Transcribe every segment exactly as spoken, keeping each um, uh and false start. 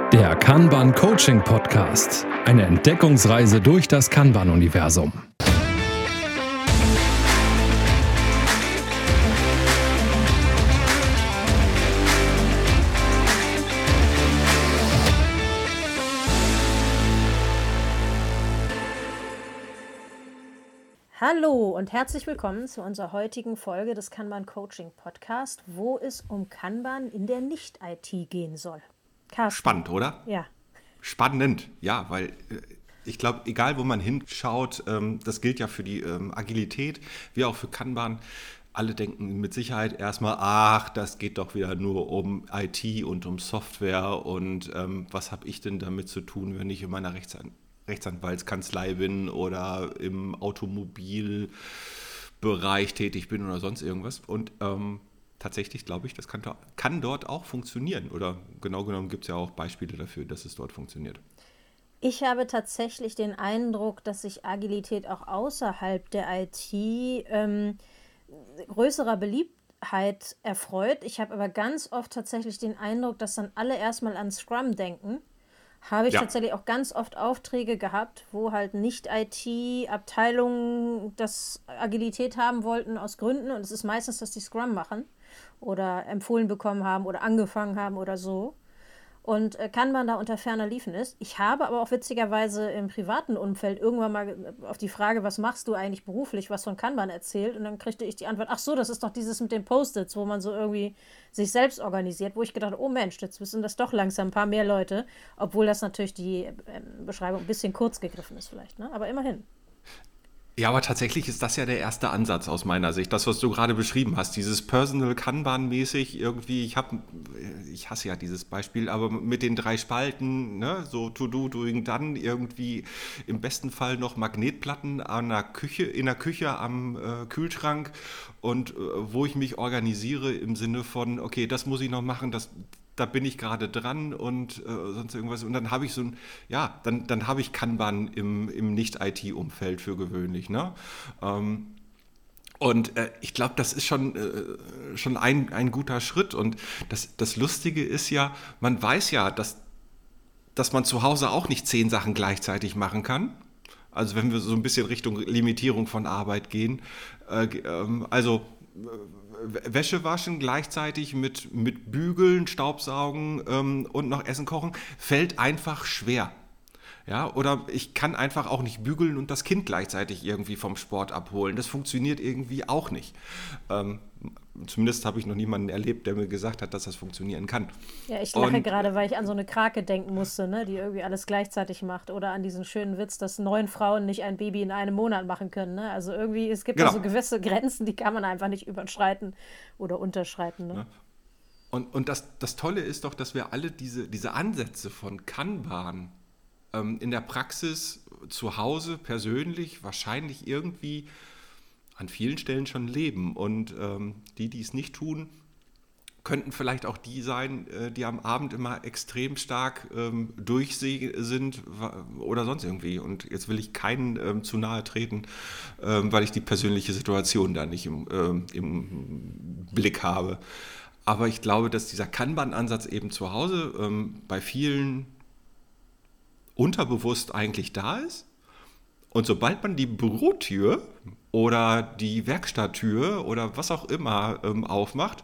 Der Kanban Coaching Podcast. Eine Entdeckungsreise durch das Kanban-Universum. Hallo und herzlich willkommen zu unserer heutigen Folge des Kanban Coaching Podcast, wo es um Kanban in der Nicht-I T gehen soll. Carsten. Spannend, oder? Ja. Spannend, ja, weil äh, ich glaube, egal wo man hinschaut, ähm, das gilt ja für die ähm, Agilität, wie auch für Kanban. Alle denken mit Sicherheit erstmal, ach, das geht doch wieder nur um I T und um Software und ähm, was habe ich denn damit zu tun, wenn ich in meiner Rechtsan- Rechtsanwaltskanzlei bin oder im Automobilbereich tätig bin oder sonst irgendwas. Und ähm, tatsächlich glaube ich, das kann, kann dort auch funktionieren. Oder genau genommen gibt es ja auch Beispiele dafür, dass es dort funktioniert. Ich habe tatsächlich den Eindruck, dass sich Agilität auch außerhalb der I T ähm, größerer Beliebtheit erfreut. Ich habe aber ganz oft tatsächlich den Eindruck, dass dann alle erstmal an Scrum denken. Habe ich Ja. tatsächlich auch ganz oft Aufträge gehabt, wo halt Nicht-I T-Abteilungen das Agilität haben wollten aus Gründen. Und es ist meistens, dass die Scrum machen oder empfohlen bekommen haben oder angefangen haben oder so. Und äh, Kanban da unter ferner Liefen ist. Ich habe aber auch witzigerweise im privaten Umfeld irgendwann mal auf die Frage, was machst du eigentlich beruflich, was von Kanban erzählt. Und dann kriegte ich die Antwort, ach so, das ist doch dieses mit den Post-its, wo man so irgendwie sich selbst organisiert, wo ich gedacht habe, oh Mensch, jetzt wissen das doch langsam ein paar mehr Leute, obwohl das natürlich die äh, Beschreibung ein bisschen kurz gegriffen ist vielleicht, ne? Aber immerhin. Ja, aber tatsächlich ist das ja der erste Ansatz aus meiner Sicht. Das, was du gerade beschrieben hast, dieses Personal Kanban-mäßig irgendwie, ich habe, ich hasse ja dieses Beispiel, aber mit den drei Spalten, ne, so to do, doing, done, irgendwie im besten Fall noch Magnetplatten an der Küche, in der Küche am äh, Kühlschrank und äh, wo ich mich organisiere im Sinne von, okay, das muss ich noch machen, das da bin ich gerade dran und äh, sonst irgendwas. Und dann habe ich so ein, ja, dann, dann habe ich Kanban im, im Nicht-I T-Umfeld für gewöhnlich. Ne? Ähm, und äh, ich glaube, das ist schon, äh, schon ein, ein guter Schritt. Und das, das Lustige ist ja, man weiß ja, dass, dass man zu Hause auch nicht zehn Sachen gleichzeitig machen kann. Also wenn wir so ein bisschen Richtung Limitierung von Arbeit gehen. Äh, ähm, also Wäsche waschen gleichzeitig mit, mit Bügeln, Staubsaugen ähm, und noch Essen kochen, fällt einfach schwer. Ja, oder ich kann einfach auch nicht bügeln und das Kind gleichzeitig irgendwie vom Sport abholen. Das funktioniert irgendwie auch nicht. Ähm, zumindest habe ich noch niemanden erlebt, der mir gesagt hat, dass das funktionieren kann. Ja, ich lache Und, gerade, weil ich an so eine Krake denken musste, ne, die irgendwie alles gleichzeitig macht. Oder an diesen schönen Witz, dass neun Frauen nicht ein Baby in einem Monat machen können. Ne? Also irgendwie, es gibt Genau. da so gewisse Grenzen, die kann man einfach nicht überschreiten oder unterschreiten. Ne? Ja. Und, und das, das Tolle ist doch, dass wir alle diese, diese Ansätze von Kanban ähm, in der Praxis zu Hause persönlich wahrscheinlich irgendwie an vielen Stellen schon leben. Und ähm, die, die es nicht tun, könnten vielleicht auch die sein, äh, die am Abend immer extrem stark ähm, durch sind oder sonst irgendwie. Und jetzt will ich keinen ähm, zu nahe treten, ähm, weil ich die persönliche Situation da nicht im, ähm, im Blick habe. Aber ich glaube, dass dieser Kanban-Ansatz eben zu Hause ähm, bei vielen unterbewusst eigentlich da ist. Und sobald man die Bürotür oder die Werkstatttür oder was auch immer ähm, aufmacht,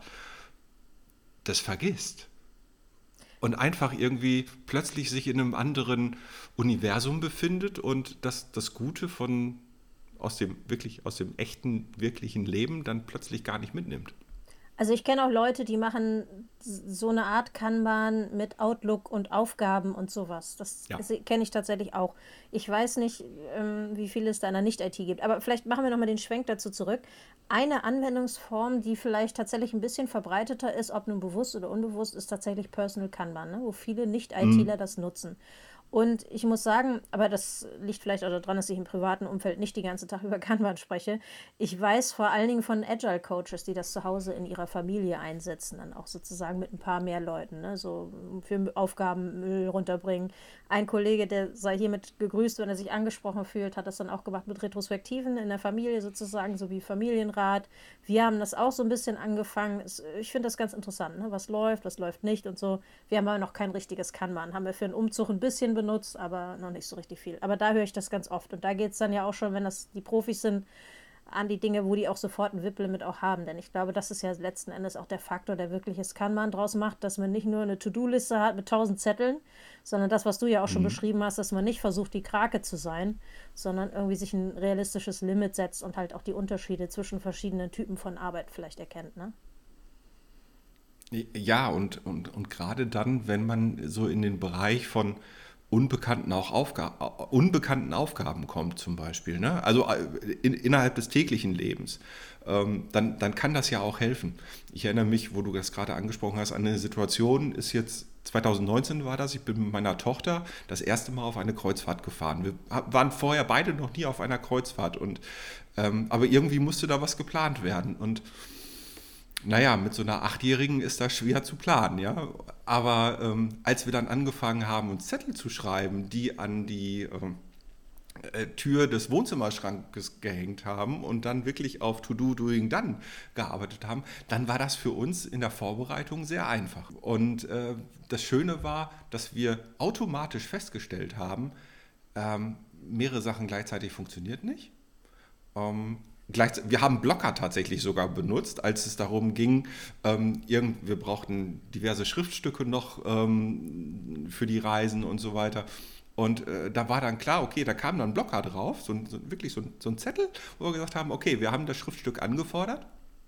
das vergisst. Und einfach irgendwie plötzlich sich in einem anderen Universum befindet und das, das Gute von aus dem wirklich aus dem echten, wirklichen Leben dann plötzlich gar nicht mitnimmt. Also ich kenne auch Leute, die machen so eine Art Kanban mit Outlook und Aufgaben und sowas. Das Ja. kenne ich tatsächlich auch. Ich weiß nicht, ähm, wie viel es da in der Nicht-I T gibt, aber vielleicht machen wir nochmal den Schwenk dazu zurück. Eine Anwendungsform, die vielleicht tatsächlich ein bisschen verbreiteter ist, ob nun bewusst oder unbewusst, ist tatsächlich Personal Kanban, ne? Wo viele Nicht-ITler das nutzen. Und ich muss sagen, aber das liegt vielleicht auch daran, dass ich im privaten Umfeld nicht den ganzen Tag über Kanban spreche. Ich weiß vor allen Dingen von Agile-Coaches, die das zu Hause in ihrer Familie einsetzen, dann auch sozusagen mit ein paar mehr Leuten, ne? So für Aufgaben Müll runterbringen. Ein Kollege, der sei hiermit gegrüßt, wenn er sich angesprochen fühlt, hat das dann auch gemacht mit Retrospektiven in der Familie sozusagen, so wie Familienrat. Wir haben das auch so ein bisschen angefangen. Ich finde das ganz interessant, ne? Was läuft, was läuft nicht und so. Wir haben aber noch kein richtiges Kanban. Haben wir für einen Umzug ein bisschen benutzt, aber noch nicht so richtig viel. Aber da höre ich das ganz oft. Und da geht es dann ja auch schon, wenn das die Profis sind, an die Dinge, wo die auch sofort ein W I P-Limit auch haben. Denn ich glaube, das ist ja letzten Endes auch der Faktor, der wirklich das Kanban draus macht, dass man nicht nur eine To-Do-Liste hat mit tausend Zetteln, sondern das, was du ja auch schon mhm. beschrieben hast, dass man nicht versucht, die Krake zu sein, sondern irgendwie sich ein realistisches Limit setzt und halt auch die Unterschiede zwischen verschiedenen Typen von Arbeit vielleicht erkennt, ne? Ja, und, und, und gerade dann, wenn man so in den Bereich von unbekannten, auch Aufga- unbekannten Aufgaben kommt zum Beispiel, ne? Also in, innerhalb des täglichen Lebens, ähm, dann, dann kann das ja auch helfen. Ich erinnere mich, wo du das gerade angesprochen hast, an eine Situation, ist jetzt zwanzig neunzehn war das, ich bin mit meiner Tochter das erste Mal auf eine Kreuzfahrt gefahren. Wir waren vorher beide noch nie auf einer Kreuzfahrt, und, ähm, aber irgendwie musste da was geplant werden, und naja, mit so einer Achtjährigen ist das schwer zu planen, ja. Aber ähm, als wir dann angefangen haben, uns Zettel zu schreiben, die an die ähm, äh, Tür des Wohnzimmerschrankes gehängt haben und dann wirklich auf To Do, Doing, Done gearbeitet haben, dann war das für uns in der Vorbereitung sehr einfach. Und äh, das Schöne war, dass wir automatisch festgestellt haben, ähm, mehrere Sachen gleichzeitig funktioniert nicht. Ähm, Wir haben Blocker tatsächlich sogar benutzt, als es darum ging, ähm, irgend, wir brauchten diverse Schriftstücke noch ähm, für die Reisen und so weiter. Und äh, da war dann klar, okay, da kam dann ein Blocker drauf, so, so, wirklich so ein, so ein Zettel, wo wir gesagt haben, okay, wir haben das Schriftstück angefordert,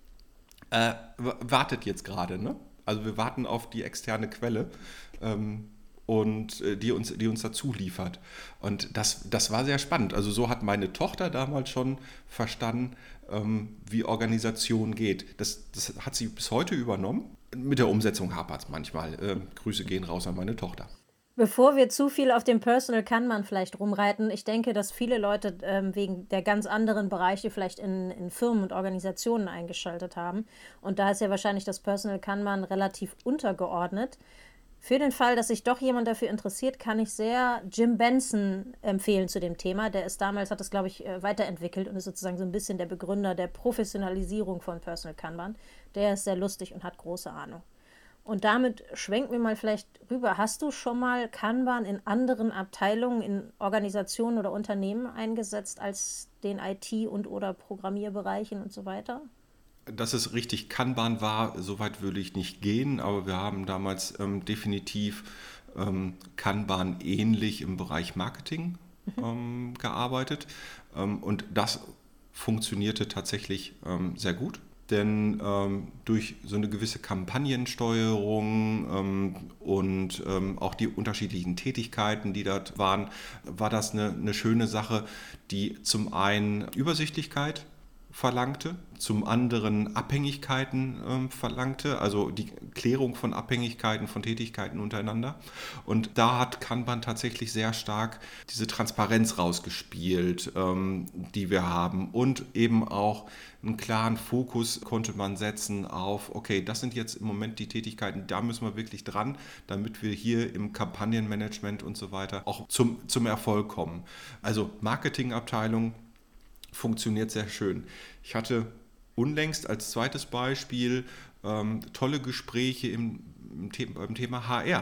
äh, wartet jetzt gerade, ne? Also wir warten auf die externe Quelle. Ähm, und äh, die uns, die uns dazu liefert. Und das, das war sehr spannend. Also so hat meine Tochter damals schon verstanden, ähm, wie Organisation geht. Das, das hat sie bis heute übernommen. Mit der Umsetzung hapert es manchmal. Äh, Grüße gehen raus an meine Tochter. Bevor wir zu viel auf dem Personal Kanban vielleicht rumreiten, ich denke, dass viele Leute ähm, wegen der ganz anderen Bereiche vielleicht in, in Firmen und Organisationen eingeschaltet haben. Und da ist ja wahrscheinlich das Personal Kanban relativ untergeordnet. Für den Fall, dass sich doch jemand dafür interessiert, kann ich sehr Jim Benson empfehlen zu dem Thema. Der ist damals, hat das, glaube ich, weiterentwickelt und ist sozusagen so ein bisschen der Begründer der Professionalisierung von Personal Kanban. Der ist sehr lustig und hat große Ahnung. Und damit schwenken wir mal vielleicht rüber. Hast du schon mal Kanban in anderen Abteilungen, in Organisationen oder Unternehmen eingesetzt als den I T- und oder Programmierbereichen und so weiter? Dass es richtig Kanban war, soweit würde ich nicht gehen, aber wir haben damals ähm, definitiv ähm, Kanban ähnlich im Bereich Marketing ähm, gearbeitet, ähm, und das funktionierte tatsächlich ähm, sehr gut, denn ähm, durch so eine gewisse Kampagnensteuerung ähm, und ähm, auch die unterschiedlichen Tätigkeiten, die dort waren, war das eine, eine schöne Sache, die zum einen Übersichtlichkeit verlangte, zum anderen Abhängigkeiten ähm, verlangte, also die Klärung von Abhängigkeiten, von Tätigkeiten untereinander. Und da hat Kanban tatsächlich sehr stark diese Transparenz rausgespielt, ähm, die wir haben, und eben auch einen klaren Fokus konnte man setzen auf, okay, das sind jetzt im Moment die Tätigkeiten, da müssen wir wirklich dran, damit wir hier im Kampagnenmanagement und so weiter auch zum, zum Erfolg kommen. Also Marketingabteilung funktioniert sehr schön. Ich hatte unlängst als zweites Beispiel ähm, tolle Gespräche im, im, The- beim Thema H R.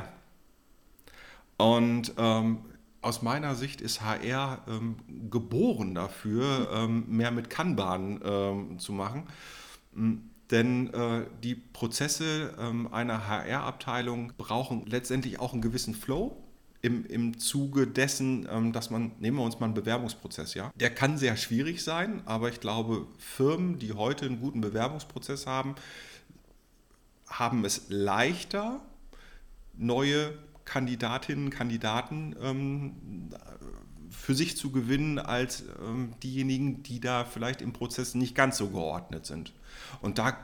Und ähm, aus meiner Sicht ist H R ähm, geboren dafür, ähm, mehr mit Kanban ähm, zu machen. Denn äh, die Prozesse ähm, einer H R-Abteilung brauchen letztendlich auch einen gewissen Flow. Im, im Zuge dessen, ähm, dass man, nehmen wir uns mal einen Bewerbungsprozess, ja, der kann sehr schwierig sein, aber ich glaube, Firmen, die heute einen guten Bewerbungsprozess haben, haben es leichter, neue Kandidatinnen, Kandidaten ähm, für sich zu gewinnen, als ähm, diejenigen, die da vielleicht im Prozess nicht ganz so geordnet sind. Und da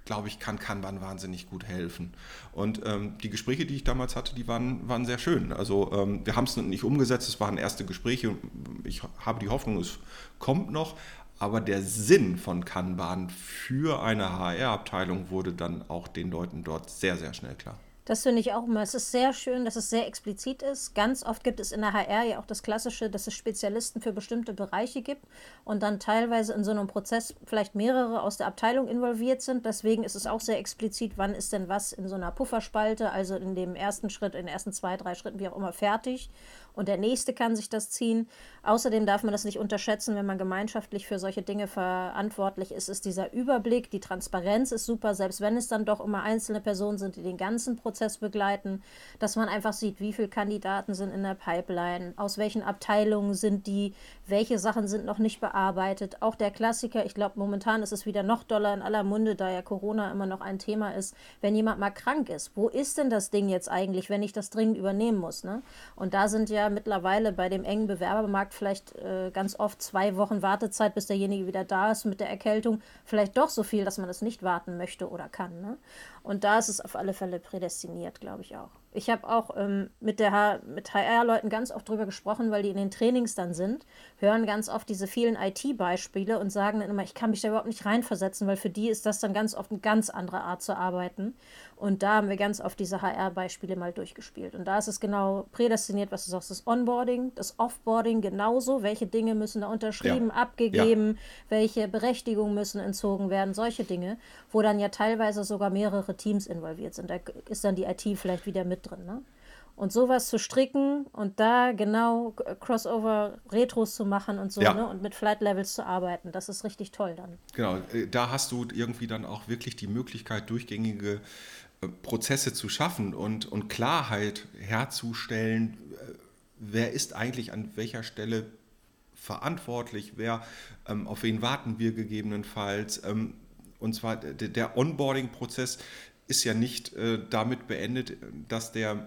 glaube ich, kann Kanban wahnsinnig gut helfen. Und ähm, die Gespräche, die ich damals hatte, die waren, waren sehr schön. Also ähm, wir haben es nicht umgesetzt, es waren erste Gespräche und ich habe die Hoffnung, es kommt noch. Aber der Sinn von Kanban für eine H R-Abteilung wurde dann auch den Leuten dort sehr, sehr schnell klar. Das finde ich auch immer. Es ist sehr schön, dass es sehr explizit ist. Ganz oft gibt es in der H R ja auch das Klassische, dass es Spezialisten für bestimmte Bereiche gibt und dann teilweise in so einem Prozess vielleicht mehrere aus der Abteilung involviert sind. Deswegen ist es auch sehr explizit, wann ist denn was in so einer Pufferspalte, also in dem ersten Schritt, in den ersten zwei, drei Schritten, wie auch immer, fertig. Und der Nächste kann sich das ziehen. Außerdem darf man das nicht unterschätzen, wenn man gemeinschaftlich für solche Dinge verantwortlich ist, ist dieser Überblick, die Transparenz ist super, selbst wenn es dann doch immer einzelne Personen sind, die den ganzen Prozess begleiten, dass man einfach sieht, wie viele Kandidaten sind in der Pipeline, aus welchen Abteilungen sind die, welche Sachen sind noch nicht bearbeitet. Auch der Klassiker, ich glaube, momentan ist es wieder noch doller in aller Munde, da ja Corona immer noch ein Thema ist, wenn jemand mal krank ist. Wo ist denn das Ding jetzt eigentlich, wenn ich das dringend übernehmen muss? Ne? Und da sind ja mittlerweile bei dem engen Bewerbermarkt vielleicht äh, ganz oft zwei Wochen Wartezeit, bis derjenige wieder da ist mit der Erkältung, vielleicht doch so viel, dass man es nicht warten möchte oder kann. Ne? Und da ist es auf alle Fälle prädestiniert, glaube ich auch. Ich habe auch ähm, mit, der H- mit H R-Leuten ganz oft drüber gesprochen, weil die in den Trainings dann sind, hören ganz oft diese vielen I T-Beispiele und sagen dann immer, ich kann mich da überhaupt nicht reinversetzen, weil für die ist das dann ganz oft eine ganz andere Art zu arbeiten. Und da haben wir ganz oft diese H R-Beispiele mal durchgespielt. Und da ist es genau prädestiniert, was du sagst, das Onboarding, das Offboarding genauso. Welche Dinge müssen da unterschrieben, Ja. abgegeben, Ja. welche Berechtigungen müssen entzogen werden, solche Dinge, wo dann ja teilweise sogar mehrere Teams involviert sind. Da ist dann die I T vielleicht wieder mit drin. Ne? Und sowas zu stricken und da genau Crossover-Retros zu machen und so, Ja. ne? Und mit Flight Levels zu arbeiten, das ist richtig toll dann. Genau, äh, da hast du irgendwie dann auch wirklich die Möglichkeit, durchgängige äh, Prozesse zu schaffen und, und Klarheit herzustellen, äh, wer ist eigentlich an welcher Stelle verantwortlich, wer, ähm, auf wen warten wir gegebenenfalls. Ähm, und zwar der, der Onboarding-Prozess ist ja nicht äh, damit beendet, dass der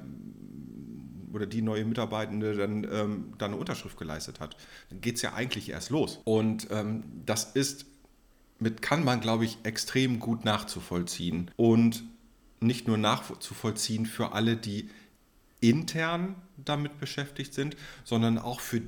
oder die neue Mitarbeitende dann, ähm, dann eine Unterschrift geleistet hat. Dann geht es ja eigentlich erst los. Und ähm, das ist mit Kanban, glaube ich, extrem gut nachzuvollziehen. Und nicht nur nachzuvollziehen für alle, die intern damit beschäftigt sind, sondern auch für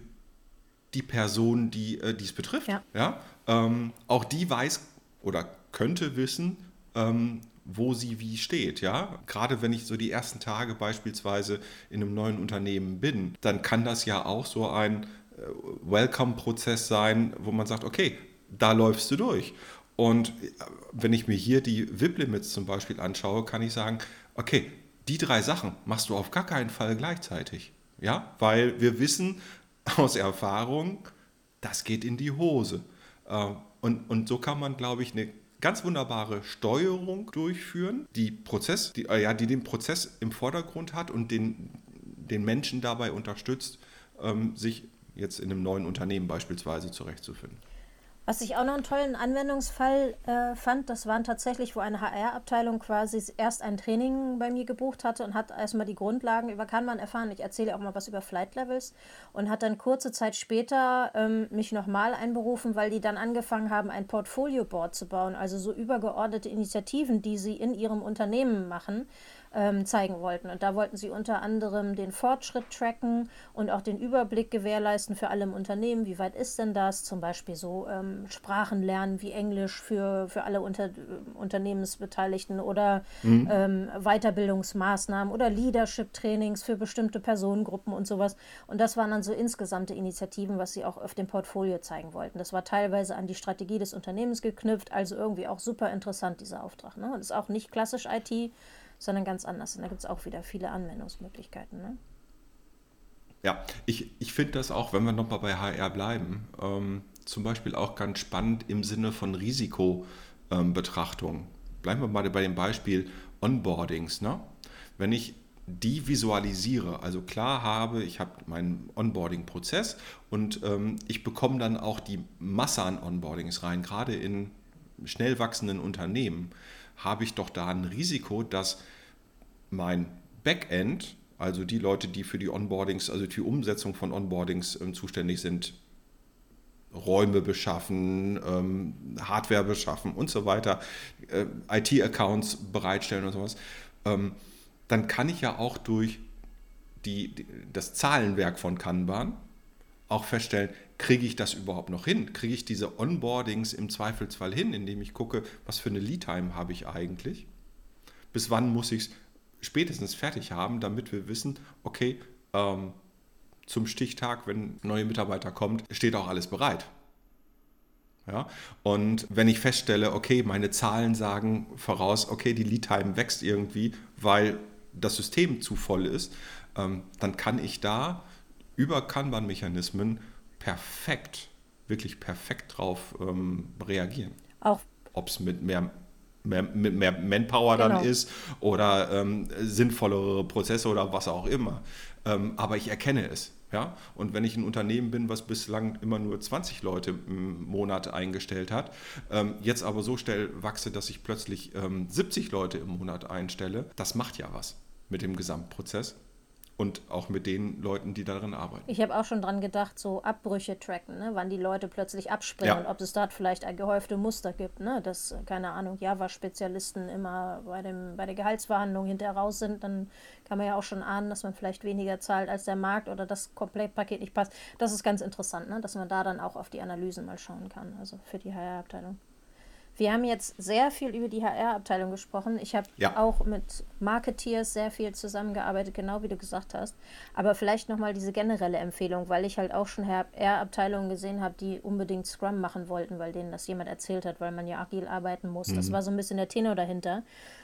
die Person, die äh, es betrifft. Ja. Ja? Ähm, auch die weiß oder könnte wissen, ähm, wo sie wie steht. Ja? Gerade wenn ich so die ersten Tage beispielsweise in einem neuen Unternehmen bin, dann kann das ja auch so ein äh, Welcome-Prozess sein, wo man sagt, okay, da läufst du durch. Und wenn ich mir hier die V I P-Limits zum Beispiel anschaue, kann ich sagen, okay, die drei Sachen machst du auf gar keinen Fall gleichzeitig. Ja? Weil wir wissen aus Erfahrung, das geht in die Hose. Und, und so kann man, glaube ich, eine ganz wunderbare Steuerung durchführen, die, Prozess, die, ja, die den Prozess im Vordergrund hat und den, den Menschen dabei unterstützt, sich jetzt in einem neuen Unternehmen beispielsweise zurechtzufinden. Was ich auch noch einen tollen Anwendungsfall äh, fand, das waren tatsächlich, wo eine H R-Abteilung quasi erst ein Training bei mir gebucht hatte und hat erstmal die Grundlagen über Kanban erfahren. Ich erzähle auch mal was über Flight Levels und hat dann kurze Zeit später ähm, mich nochmal einberufen, weil die dann angefangen haben, ein Portfolio-Board zu bauen, also so übergeordnete Initiativen, die sie in ihrem Unternehmen machen, ähm, zeigen wollten. Und da wollten sie unter anderem den Fortschritt tracken und auch den Überblick gewährleisten für alle im Unternehmen. Wie weit ist denn das? Zum Beispiel so ähm, Sprachen lernen wie Englisch für, für alle Unter, Unternehmensbeteiligten oder mhm. ähm, Weiterbildungsmaßnahmen oder Leadership-Trainings für bestimmte Personengruppen und sowas. Und das waren dann so insgesamte Initiativen, was sie auch auf dem Portfolio zeigen wollten. Das war teilweise an die Strategie des Unternehmens geknüpft, also irgendwie auch super interessant, dieser Auftrag. Ne? Und ist auch nicht klassisch I T, sondern ganz anders. Und da gibt es auch wieder viele Anwendungsmöglichkeiten. Ne? Ja, ich, ich finde das auch, wenn wir nochmal bei H R bleiben, ähm, zum Beispiel auch ganz spannend im Sinne von Risikobetrachtung. Ähm, Bleiben wir mal bei dem Beispiel Onboardings. Ne? Wenn ich die visualisiere, also klar habe, ich habe meinen Onboarding-Prozess und ähm, ich bekomme dann auch die Masse an Onboardings rein, gerade in schnell wachsenden Unternehmen, habe ich doch da ein Risiko, dass mein Backend, also die Leute, die für die Onboardings, also die Umsetzung von Onboardings äh, zuständig sind, Räume beschaffen, ähm, Hardware beschaffen und so weiter, äh, I T-Accounts bereitstellen und sowas, ähm, dann kann ich ja auch durch die, die, das Zahlenwerk von Kanban auch feststellen, kriege ich das überhaupt noch hin? Kriege ich diese Onboardings im Zweifelsfall hin, indem ich gucke, was für eine Lead-Time habe ich eigentlich? Bis wann muss ich es spätestens fertig haben, damit wir wissen, okay, ähm, zum Stichtag, wenn ein neuer Mitarbeiter kommt, steht auch alles bereit. Ja? Und wenn ich feststelle, okay, meine Zahlen sagen voraus, okay, die Lead-Time wächst irgendwie, weil das System zu voll ist, ähm, dann kann ich da über Kanban-Mechanismen perfekt, wirklich perfekt drauf ähm, reagieren. Auch ob es mit mehr, mehr, mit mehr Manpower Genau. dann ist oder ähm, sinnvollere Prozesse oder was auch immer. Ähm, aber ich erkenne es. Ja? Und wenn ich ein Unternehmen bin, was bislang immer nur zwanzig Leute im Monat eingestellt hat, ähm, jetzt aber so schnell wachse, dass ich plötzlich ähm, siebzig Leute im Monat einstelle, das macht ja was mit dem Gesamtprozess. Und auch mit den Leuten, die darin arbeiten. Ich habe auch schon dran gedacht, so Abbrüche tracken, ne? Wann die Leute plötzlich abspringen Ja. und ob es dort vielleicht ein gehäufte Muster gibt, ne? Dass, äh, keine Ahnung, Java-Spezialisten immer bei, dem, bei der Gehaltsverhandlung hinterher raus sind, dann kann man ja auch schon ahnen, dass man vielleicht weniger zahlt als der Markt oder das Komplettpaket nicht passt. Das ist ganz interessant, ne? Dass man da dann auch auf die Analysen mal schauen kann, also für die H R-Abteilung. Wir haben jetzt sehr viel über die H R-Abteilung gesprochen. Ich habe Ja. auch mit Marketeers sehr viel zusammengearbeitet, genau wie du gesagt hast. Aber vielleicht nochmal diese generelle Empfehlung, weil ich halt auch schon H R-Abteilungen gesehen habe, die unbedingt Scrum machen wollten, weil denen das jemand erzählt hat, weil man ja agil arbeiten muss. Das war so ein bisschen der Tenor dahinter.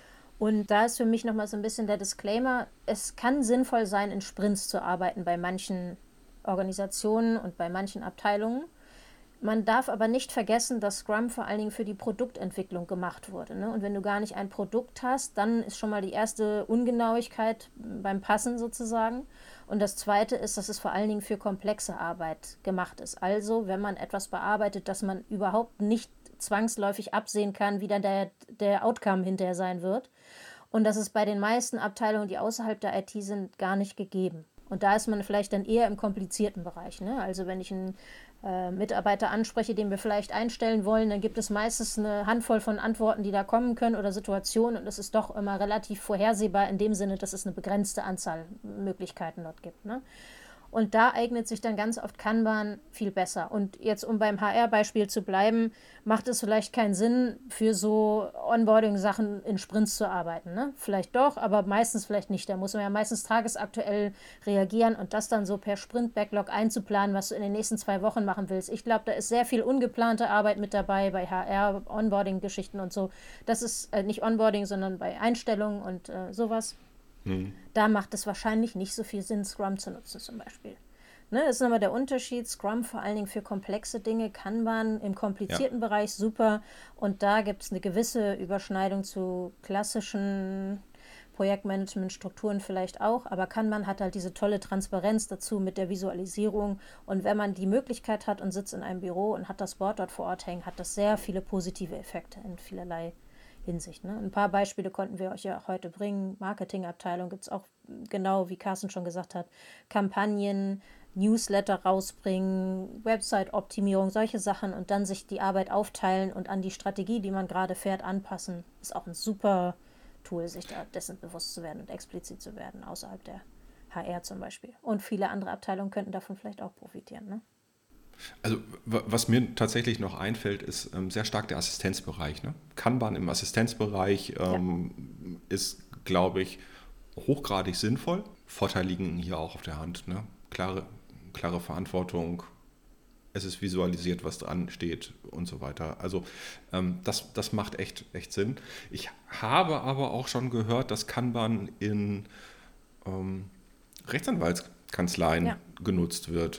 Und da ist für mich nochmal so ein bisschen der Disclaimer, es kann sinnvoll sein, in Sprints zu arbeiten bei manchen Organisationen und bei manchen Abteilungen. Man darf aber nicht vergessen, dass Scrum vor allen Dingen für die Produktentwicklung gemacht wurde. Ne? Und wenn du gar nicht ein Produkt hast, dann ist schon mal die erste Ungenauigkeit beim Passen sozusagen. Und das Zweite ist, dass es vor allen Dingen für komplexe Arbeit gemacht ist. Also wenn man etwas bearbeitet, dass man überhaupt nicht zwangsläufig absehen kann, wie dann der, der Outcome hinterher sein wird. Und das ist bei den meisten Abteilungen, die außerhalb der I T sind, gar nicht gegeben. Und da ist man vielleicht dann eher im komplizierten Bereich. Ne? Also wenn ich einen äh, Mitarbeiter anspreche, den wir vielleicht einstellen wollen, dann gibt es meistens eine Handvoll von Antworten, die da kommen können oder Situationen. Und es ist doch immer relativ vorhersehbar in dem Sinne, dass es eine begrenzte Anzahl Möglichkeiten dort gibt. Ne? Und da eignet sich dann ganz oft Kanban viel besser. Und jetzt, um beim H R-Beispiel zu bleiben, macht es vielleicht keinen Sinn, für so Onboarding-Sachen in Sprints zu arbeiten. Ne? Vielleicht doch, aber meistens vielleicht nicht. Da muss man ja meistens tagesaktuell reagieren und das dann so per Sprint-Backlog einzuplanen, was du in den nächsten zwei Wochen machen willst. Ich glaube, da ist sehr viel ungeplante Arbeit mit dabei bei H R, Onboarding-Geschichten und so. Das ist äh, nicht Onboarding, sondern bei Einstellungen und äh, sowas. Da macht es wahrscheinlich nicht so viel Sinn, Scrum zu nutzen zum Beispiel. Ne, das ist nochmal der Unterschied. Scrum vor allen Dingen für komplexe Dinge, Kanban im komplizierten ja. Bereich super. Und da gibt es eine gewisse Überschneidung zu klassischen Projektmanagement-Strukturen vielleicht auch. Aber Kanban hat halt diese tolle Transparenz dazu mit der Visualisierung. Und wenn man die Möglichkeit hat und sitzt in einem Büro und hat das Board dort vor Ort hängen, hat das sehr viele positive Effekte in vielerlei Hinsicht. Ne? Ein paar Beispiele konnten wir euch ja auch heute bringen. Marketingabteilung gibt es auch, genau wie Carsten schon gesagt hat, Kampagnen, Newsletter rausbringen, Website-Optimierung, solche Sachen und dann sich die Arbeit aufteilen und an die Strategie, die man gerade fährt, anpassen. Ist auch ein super Tool, sich da dessen bewusst zu werden und explizit zu werden, außerhalb der H R zum Beispiel. Und viele andere Abteilungen könnten davon vielleicht auch profitieren, ne? Also was mir tatsächlich noch einfällt, ist ähm, sehr stark der Assistenzbereich. Ne? Kanban im Assistenzbereich ähm, ja. ist, glaube ich, hochgradig sinnvoll. Vorteile liegen hier auch auf der Hand. Ne? Klare, klare Verantwortung, es ist visualisiert, was dran steht und so weiter. Also ähm, das, das macht echt, echt Sinn. Ich habe aber auch schon gehört, dass Kanban in ähm, Rechtsanwaltskanzleien ja. genutzt wird.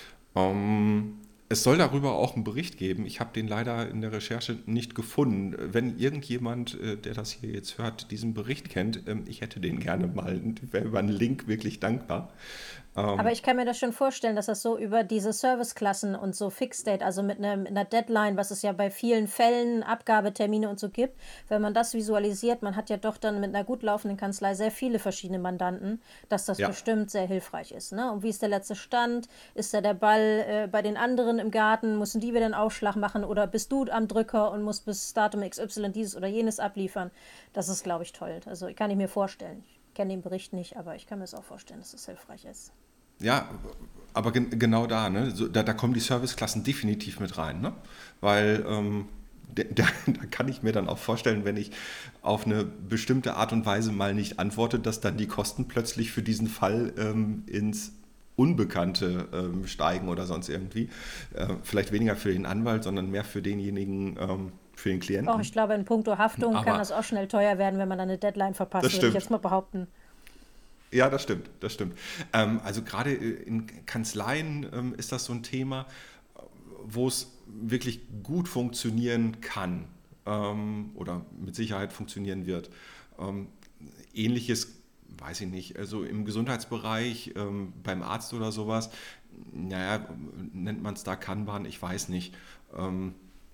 Um, es soll darüber auch einen Bericht geben. Ich habe den leider in der Recherche nicht gefunden. Wenn irgendjemand, der das hier jetzt hört, diesen Bericht kennt, ich hätte den gerne mal. Ich wäre über einen Link wirklich dankbar. Aber ich kann mir das schon vorstellen, dass das so über diese Serviceklassen und so Fixed Date, also mit einer, mit einer Deadline, was es ja bei vielen Fällen, Abgabetermine und so gibt, wenn man das visualisiert, man hat ja doch dann mit einer gut laufenden Kanzlei sehr viele verschiedene Mandanten, dass das ja. bestimmt sehr hilfreich ist. Ne? Und wie ist der letzte Stand? Ist da der Ball äh, bei den anderen Y im Garten, müssen die wieder einen Aufschlag machen oder bist du am Drücker und musst bis Datum X Y dieses oder jenes abliefern. Das ist, glaube ich, toll. Also kann ich mir vorstellen. Ich kenne den Bericht nicht, aber ich kann mir es auch vorstellen, dass das hilfreich ist. Ja, aber gen- genau da, ne? So, da, da kommen die Serviceklassen definitiv mit rein, ne? Weil ähm, da, da kann ich mir dann auch vorstellen, wenn ich auf eine bestimmte Art und Weise mal nicht antworte, dass dann die Kosten plötzlich für diesen Fall ähm, ins Unbekannte ähm, steigen oder sonst irgendwie. Äh, vielleicht weniger für den Anwalt, sondern mehr für denjenigen, ähm, für den Klienten. Auch ich glaube, in puncto Haftung Aber kann das auch schnell teuer werden, wenn man dann eine Deadline verpasst, Das würde ich stimmt. jetzt mal behaupten. Ja, das stimmt, das stimmt. Ähm, also gerade in Kanzleien ähm, ist das so ein Thema, wo es wirklich gut funktionieren kann ähm, oder mit Sicherheit funktionieren wird. Ähm, Ähnliches, weiß ich nicht, also im Gesundheitsbereich, ähm, beim Arzt oder sowas, naja, nennt man es da Kanban, ich weiß nicht. Ähm,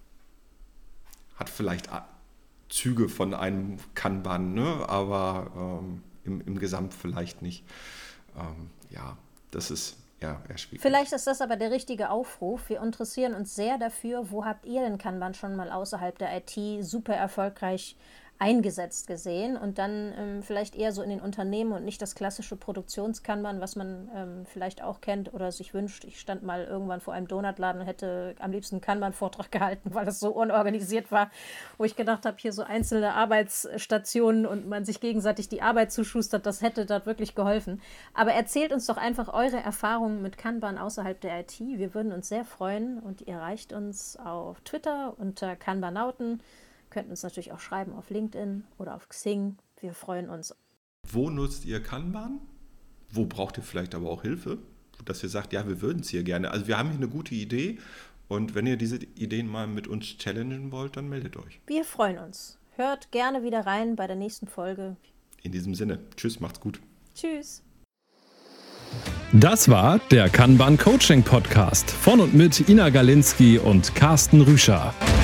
hat vielleicht A- Züge von einem Kanban, ne? aber ähm, im, im Gesamt vielleicht nicht. Ähm, ja, das ist eher, eher schwierig. Vielleicht ist das aber der richtige Aufruf. Wir interessieren uns sehr dafür, wo habt ihr den Kanban schon mal außerhalb der I T super erfolgreich eingesetzt gesehen und dann ähm, vielleicht eher so in den Unternehmen und nicht das klassische Produktionskanban, was man ähm, vielleicht auch kennt oder sich wünscht. Ich stand mal irgendwann vor einem Donutladen und hätte am liebsten einen Kanban-Vortrag gehalten, weil es so unorganisiert war, wo ich gedacht habe, hier so einzelne Arbeitsstationen und man sich gegenseitig die Arbeit zuschustert, das hätte dort wirklich geholfen. Aber erzählt uns doch einfach eure Erfahrungen mit Kanban außerhalb der I T. Wir würden uns sehr freuen und ihr erreicht uns auf Twitter unter Kanbanauten. Könnt uns natürlich auch schreiben auf LinkedIn oder auf Xing. Wir freuen uns. Wo nutzt ihr Kanban? Wo braucht ihr vielleicht aber auch Hilfe? Dass ihr sagt, ja, wir würden es hier gerne. Also wir haben hier eine gute Idee und wenn ihr diese Ideen mal mit uns challengen wollt, dann meldet euch. Wir freuen uns. Hört gerne wieder rein bei der nächsten Folge. In diesem Sinne, tschüss, macht's gut. Tschüss. Das war der Kanban Coaching Podcast von und mit Ina Galinski und Carsten Rüscher.